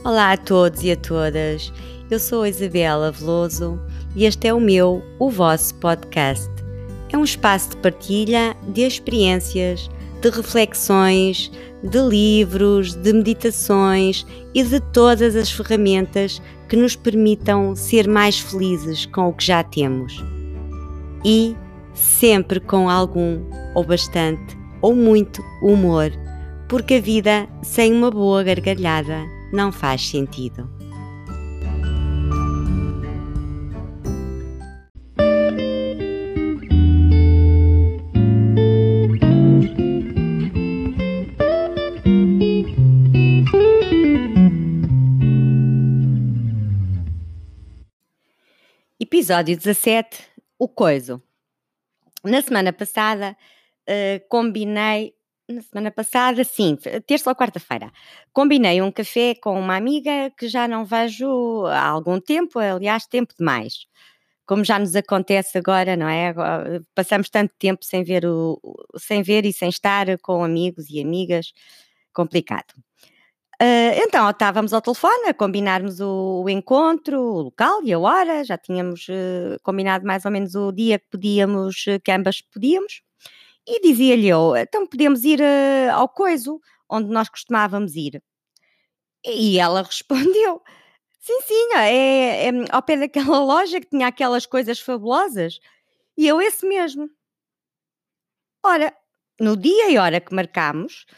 Olá a todos e a todas, eu sou a Isabela Veloso e este é o vosso podcast. É um espaço de partilha de experiências, de reflexões, de livros, de meditações e de todas as ferramentas que nos permitam ser mais felizes com o que já temos. E sempre com algum, ou bastante, ou muito humor, porque a vida sem uma boa gargalhada não faz sentido. Episódio 17, o coiso. Na semana passada, terça ou quarta-feira, combinei um café com uma amiga que já não vejo há algum tempo, aliás, tempo demais. Como já nos acontece agora, não é? Passamos tanto tempo sem ver e sem estar com amigos e amigas, complicado. Então, estávamos ao telefone a combinarmos o encontro, o local e a hora, já tínhamos combinado mais ou menos o dia que ambas podíamos, e dizia-lhe eu, então podemos ir ao coiso, onde nós costumávamos ir. E ela respondeu, sim, é ao pé daquela loja que tinha aquelas coisas fabulosas, e eu esse mesmo. Ora, no dia e hora que marcámos,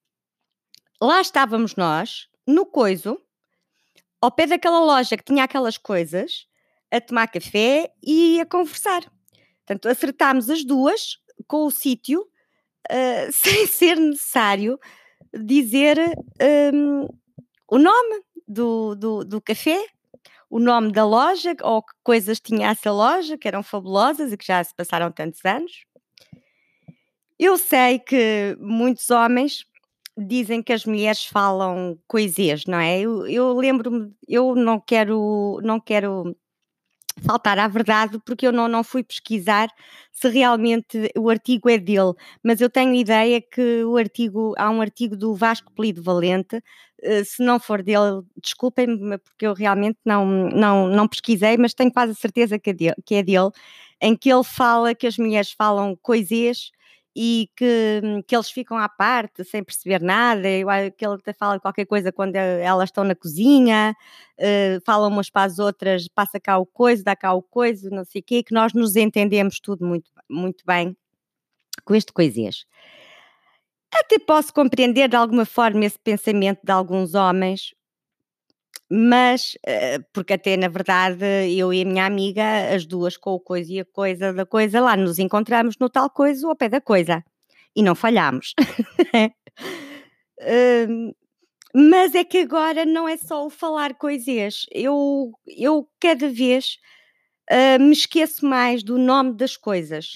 lá estávamos nós, no coiso, ao pé daquela loja que tinha aquelas coisas, a tomar café e a conversar. Portanto, acertámos as duas com o sítio, sem ser necessário dizer o nome do café, o nome da loja, ou que coisas tinha essa loja, que eram fabulosas e que já se passaram tantos anos. Eu sei que muitos homens dizem que as mulheres falam coisês, não é? Eu lembro-me, eu não quero faltar à verdade, porque eu não fui pesquisar se realmente o artigo é dele, mas eu tenho ideia que há um artigo do Vasco Polido Valente, se não for dele, desculpem-me, porque eu realmente não pesquisei, mas tenho quase a certeza que é dele, em que ele fala que as mulheres falam coisês e que eles ficam à parte sem perceber nada. Eu acho que ele até fala qualquer coisa quando elas estão na cozinha, falam umas para as outras, passa cá o coiso, dá cá o coiso, não sei o quê, que nós nos entendemos tudo muito, muito bem com este coisês. Até posso compreender de alguma forma esse pensamento de alguns homens, mas, porque até na verdade eu e a minha amiga, as duas com o coiso e a coisa da coisa, lá nos encontramos no tal coiso ao pé da coisa, e não falhámos. Hum, mas é que agora não é só o falar coisês, eu cada vez, me esqueço mais do nome das coisas.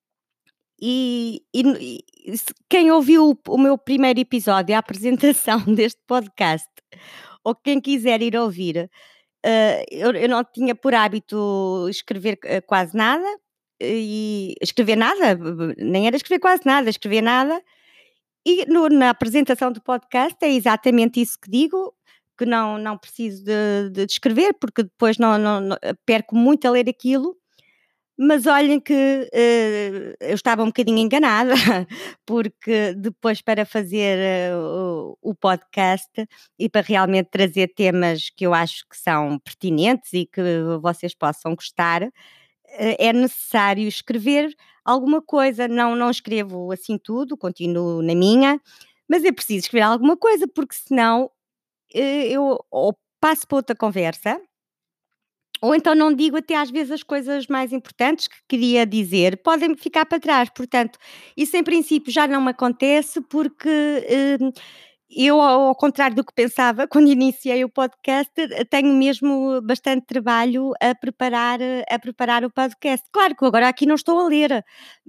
Quem ouviu o meu primeiro episódio, a apresentação deste podcast, ou quem quiser ir ouvir, eu não tinha por hábito escrever, quase nada, e escrever nada, nem era escrever quase nada, escrever nada, e na apresentação do podcast é exatamente isso que digo, que não preciso de escrever, porque depois não perco muito a ler aquilo, mas olhem que, eu estava um bocadinho enganada, porque depois para fazer, o podcast e para realmente trazer temas que eu acho que são pertinentes e que vocês possam gostar, é necessário escrever alguma coisa. Não escrevo assim tudo, continuo na minha, mas é preciso escrever alguma coisa, porque senão, eu ou passo para outra conversa, ou então não digo até às vezes as coisas mais importantes que queria dizer, podem ficar para trás. Portanto, isso em princípio já não me acontece, porque, eu ao contrário do que pensava quando iniciei o podcast, tenho mesmo bastante trabalho a preparar o podcast. Claro que agora aqui não estou a ler,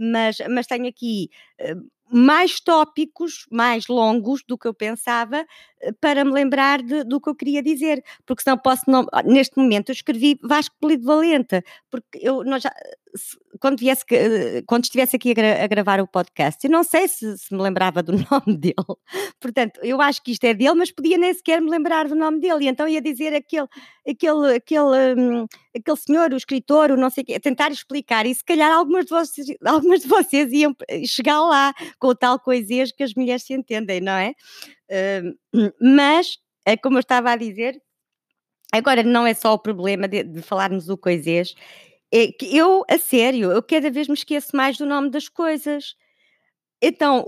mas tenho aqui, mais tópicos, mais longos do que eu pensava, para me lembrar do que eu queria dizer, porque senão posso não. Neste momento eu escrevi Vasco Polivalente, porque nós já, quando estivesse aqui a gravar o podcast, eu não sei se me lembrava do nome dele, portanto, eu acho que isto é dele, mas podia nem sequer me lembrar do nome dele, e então ia dizer aquele senhor, o escritor, o não sei o quê, tentar explicar, e se calhar algumas de vocês iam chegar lá com o tal coisês que as mulheres se entendem, não é? Mas, como eu estava a dizer, agora não é só o problema de falarmos o coisês, é que eu, a sério, eu cada vez me esqueço mais do nome das coisas. Então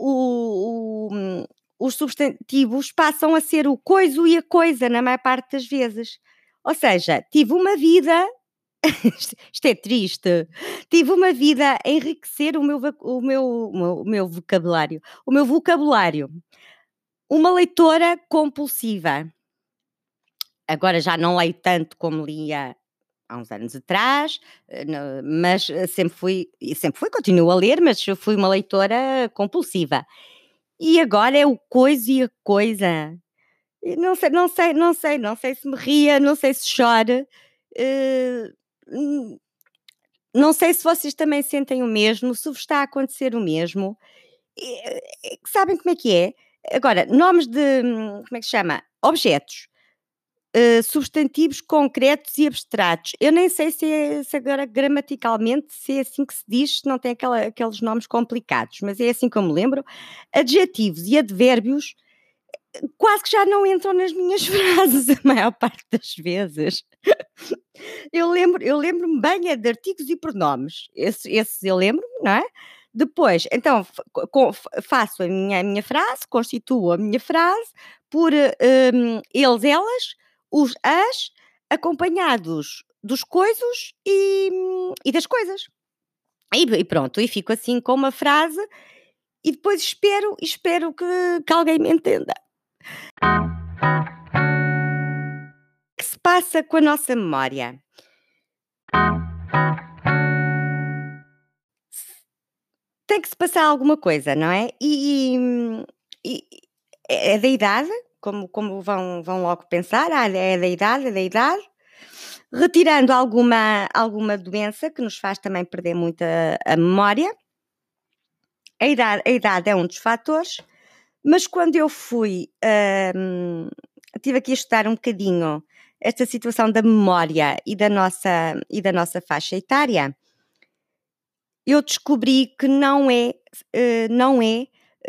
os substantivos passam a ser o coiso e a coisa na maior parte das vezes. Ou seja, tive uma vida isto é triste, tive uma vida a enriquecer o meu vocabulário. O meu vocabulário. Uma leitora compulsiva. Agora já não leio tanto como lia há uns anos atrás, mas sempre fui, continuo a ler, mas eu fui uma leitora compulsiva. E agora é o coisa e a coisa. E não sei se me ria, não sei se chora, eh, hum, não sei se vocês também sentem o mesmo, se vos está a acontecer o mesmo. Sabem como é que é? Agora, nomes de, como é que se chama? Objetos. Substantivos concretos e abstratos. Eu nem sei se agora gramaticalmente se é assim que se diz, se não tem aqueles nomes complicados, mas é assim que eu me lembro. Adjetivos e advérbios quase que já não entram nas minhas frases a maior parte das vezes. Eu lembro-me bem é de artigos e pronomes, esses eu lembro, não é? Depois, então, faço a minha frase, constituo a minha frase por eles, elas, os, as, acompanhados dos coisos e das coisas. E pronto, e fico assim com uma frase e depois espero que alguém me entenda. O que se passa com a nossa memória? Tem que se passar alguma coisa, não é? E é da idade, como vão logo pensar: "Ah, é da idade, é da idade", retirando alguma doença que nos faz também perder muito a memória. A idade é um dos fatores, mas quando eu estive aqui a estudar um bocadinho esta situação da memória e da nossa faixa etária, eu descobri que não é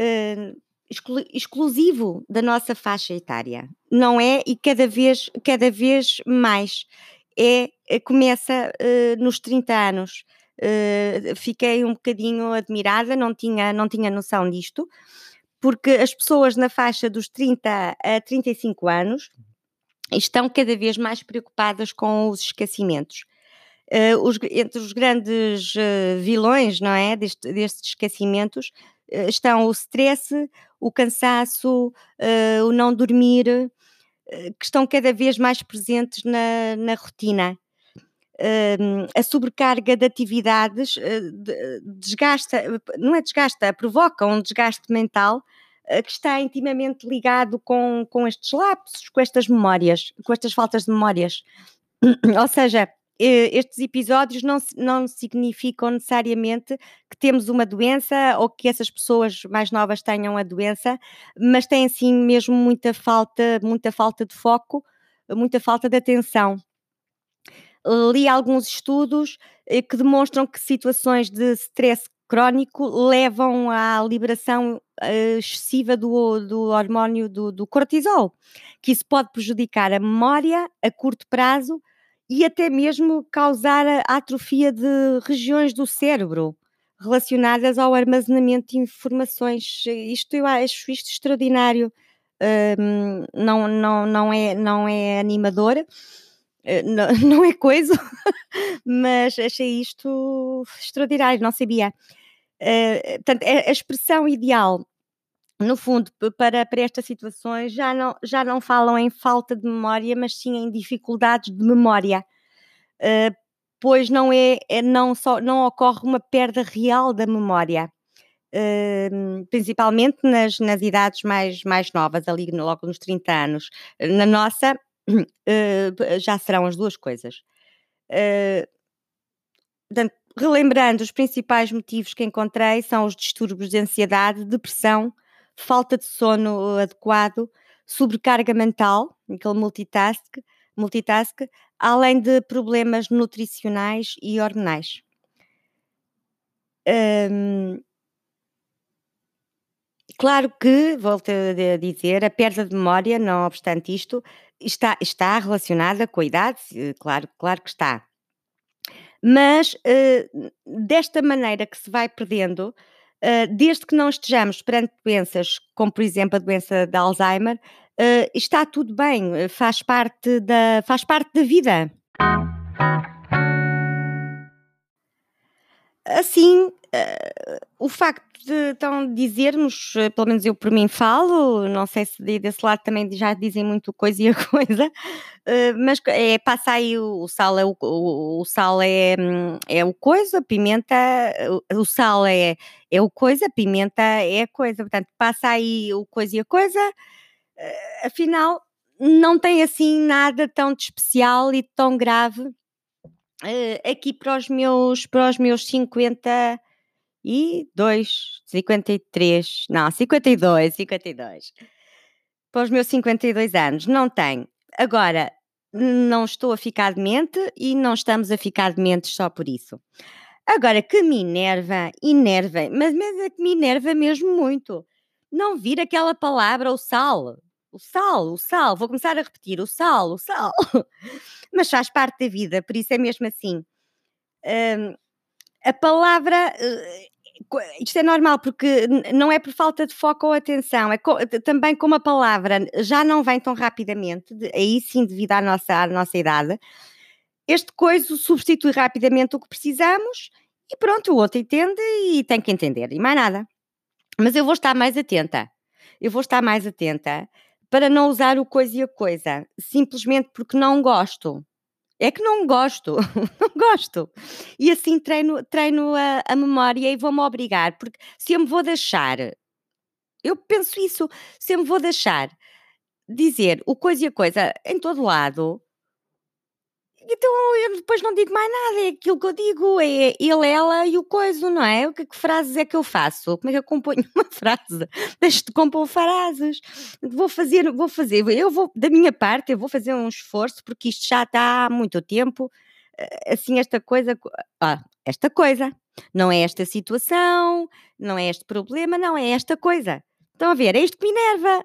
exclusivo da nossa faixa etária. Não é, e cada vez mais. Começa nos 30 anos. Fiquei um bocadinho admirada, não tinha noção disto, porque as pessoas na faixa dos 30 a 35 anos estão cada vez mais preocupadas com os esquecimentos. Entre os grandes vilões, não é, destes esquecimentos, estão o stress, o cansaço, o não dormir, que estão cada vez mais presentes na rotina. A sobrecarga de atividades desgasta, não é desgasta, provoca um desgaste mental que está intimamente ligado com estes lapsos, com estas memórias, com estas faltas de memórias. Ou seja, estes episódios não significam necessariamente que temos uma doença ou que essas pessoas mais novas tenham a doença, mas têm sim mesmo muita falta de foco, muita falta de atenção. Li alguns estudos que demonstram que situações de stress crónico levam à liberação excessiva do hormónio do cortisol, que isso pode prejudicar a memória a curto prazo e até mesmo causar a atrofia de regiões do cérebro relacionadas ao armazenamento de informações. Isto eu acho isto extraordinário. Não é animador, não é coisa, mas achei isto extraordinário, não sabia. Portanto, a expressão ideal, no fundo, para estas situações, já não falam em falta de memória, mas sim em dificuldades de memória, pois não ocorre uma perda real da memória. principalmente nas idades mais novas, ali logo nos 30 anos. Na nossa, já serão as 2 coisas. Eh, Portanto, relembrando, os principais motivos que encontrei são os distúrbios de ansiedade, depressão, falta de sono adequado, sobrecarga mental, aquele multitask, além de problemas nutricionais e hormonais. Hum, Claro que, volto a dizer, a perda de memória, não obstante isto, está relacionada com a idade, claro que está. Mas, desta maneira que se vai perdendo, desde que não estejamos perante doenças como, por exemplo, a doença de Alzheimer, está tudo bem, faz parte da vida. Assim, o facto de então dizermos, pelo menos eu por mim falo, não sei se desse lado também já dizem muito coisa e a coisa, mas passa aí o sal o sal é o coisa, a pimenta o sal é o coisa, a pimenta é a coisa, portanto passa aí o coisa e a coisa, afinal não tem assim nada tão de especial e tão grave, aqui para os meus 52, 53, não, 52. Para os meus 52 anos, não tenho. Agora, não estou a ficar demente e não estamos a ficar dementes só por isso. Agora que me enerva, mas é que me enerva mesmo muito. Não vir aquela palavra, o sal. O sal, vou começar a repetir, o sal. Mas faz parte da vida, por isso é mesmo assim. Hum, a palavra, isto é normal, porque não é por falta de foco ou atenção, também como a palavra já não vem tão rapidamente, aí sim devido à nossa idade, este coiso substitui rapidamente o que precisamos e pronto, o outro entende e tem que entender, e mais nada. Mas eu vou estar mais atenta para não usar o coisa e a coisa, simplesmente porque não gosto. É que não gosto, não gosto. E assim treino a memória e vou-me obrigar, porque se eu me vou deixar eu penso isso, se eu me vou deixar dizer o coisa e a coisa em todo lado, então eu depois não digo mais nada, é aquilo que eu digo, é ele, ela e o coiso, não é? O que frases é que eu faço? Como é que eu componho uma frase? Deixo de compor frases. Da minha parte, eu vou fazer um esforço, porque isto já está há muito tempo, assim, esta coisa, não é esta situação, não é este problema, não, é esta coisa. Estão a ver? É isto que me enerva.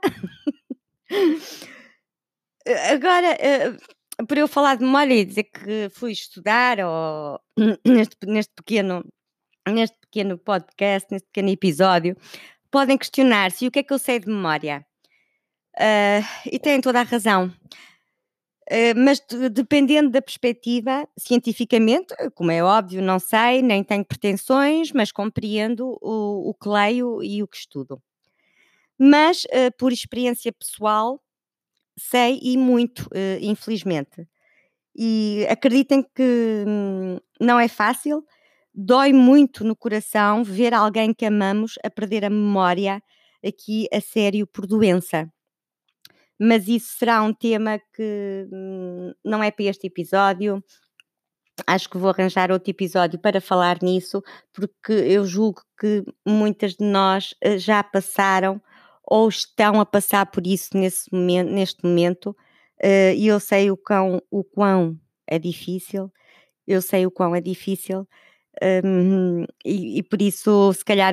Agora, por eu falar de memória e dizer que fui estudar ou neste pequeno podcast, neste pequeno episódio, podem questionar-se: "E o que é que eu sei de memória?". E têm toda a razão. Mas dependendo da perspectiva, cientificamente, como é óbvio, não sei, nem tenho pretensões, mas compreendo o que leio e o que estudo. Mas, por experiência pessoal, sei e muito, infelizmente. E acreditem que, não é fácil, dói muito no coração ver alguém que amamos a perder a memória aqui a sério por doença. Mas isso será um tema que, não é para este episódio. Acho que vou arranjar outro episódio para falar nisso, porque eu julgo que muitas de nós, já passaram ou estão a passar por isso neste momento, e eu sei o quão é difícil, eu sei o quão é difícil, e por isso se calhar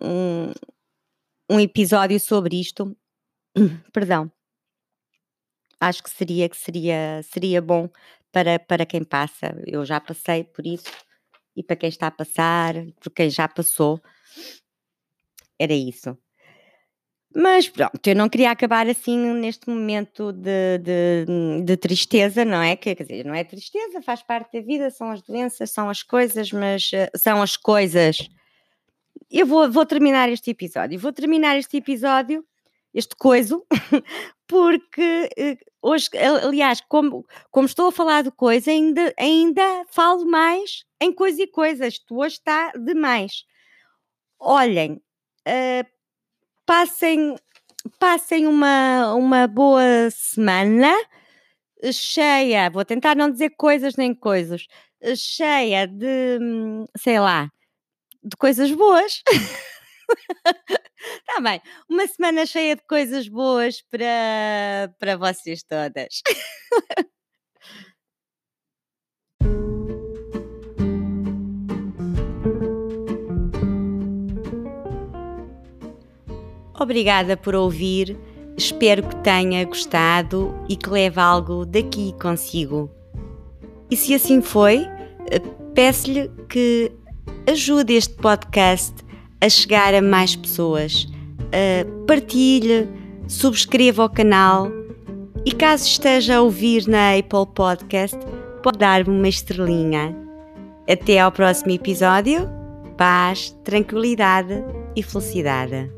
um episódio sobre isto, perdão, acho que seria bom para quem passa. Eu já passei por isso e para quem está a passar, por quem já passou, era isso. Mas pronto, eu não queria acabar assim neste momento de tristeza, não é? Quer dizer, não é tristeza, faz parte da vida, são as doenças, são as coisas, mas são as coisas. Eu vou terminar este episódio. Vou terminar este episódio, este coiso, porque hoje, aliás, como estou a falar de coisa, ainda falo mais em coisa e coisas. Isto hoje está demais. Olhem, Passem uma boa semana, cheia, vou tentar não dizer coisas nem coisas, cheia de, sei lá, de coisas boas. Está bem, uma semana cheia de coisas boas para vocês todas. Obrigada por ouvir, espero que tenha gostado e que leve algo daqui consigo. E se assim foi, peço-lhe que ajude este podcast a chegar a mais pessoas. Partilhe, subscreva o canal e caso esteja a ouvir na Apple Podcast, pode dar-me uma estrelinha. Até ao próximo episódio. Paz, tranquilidade e felicidade.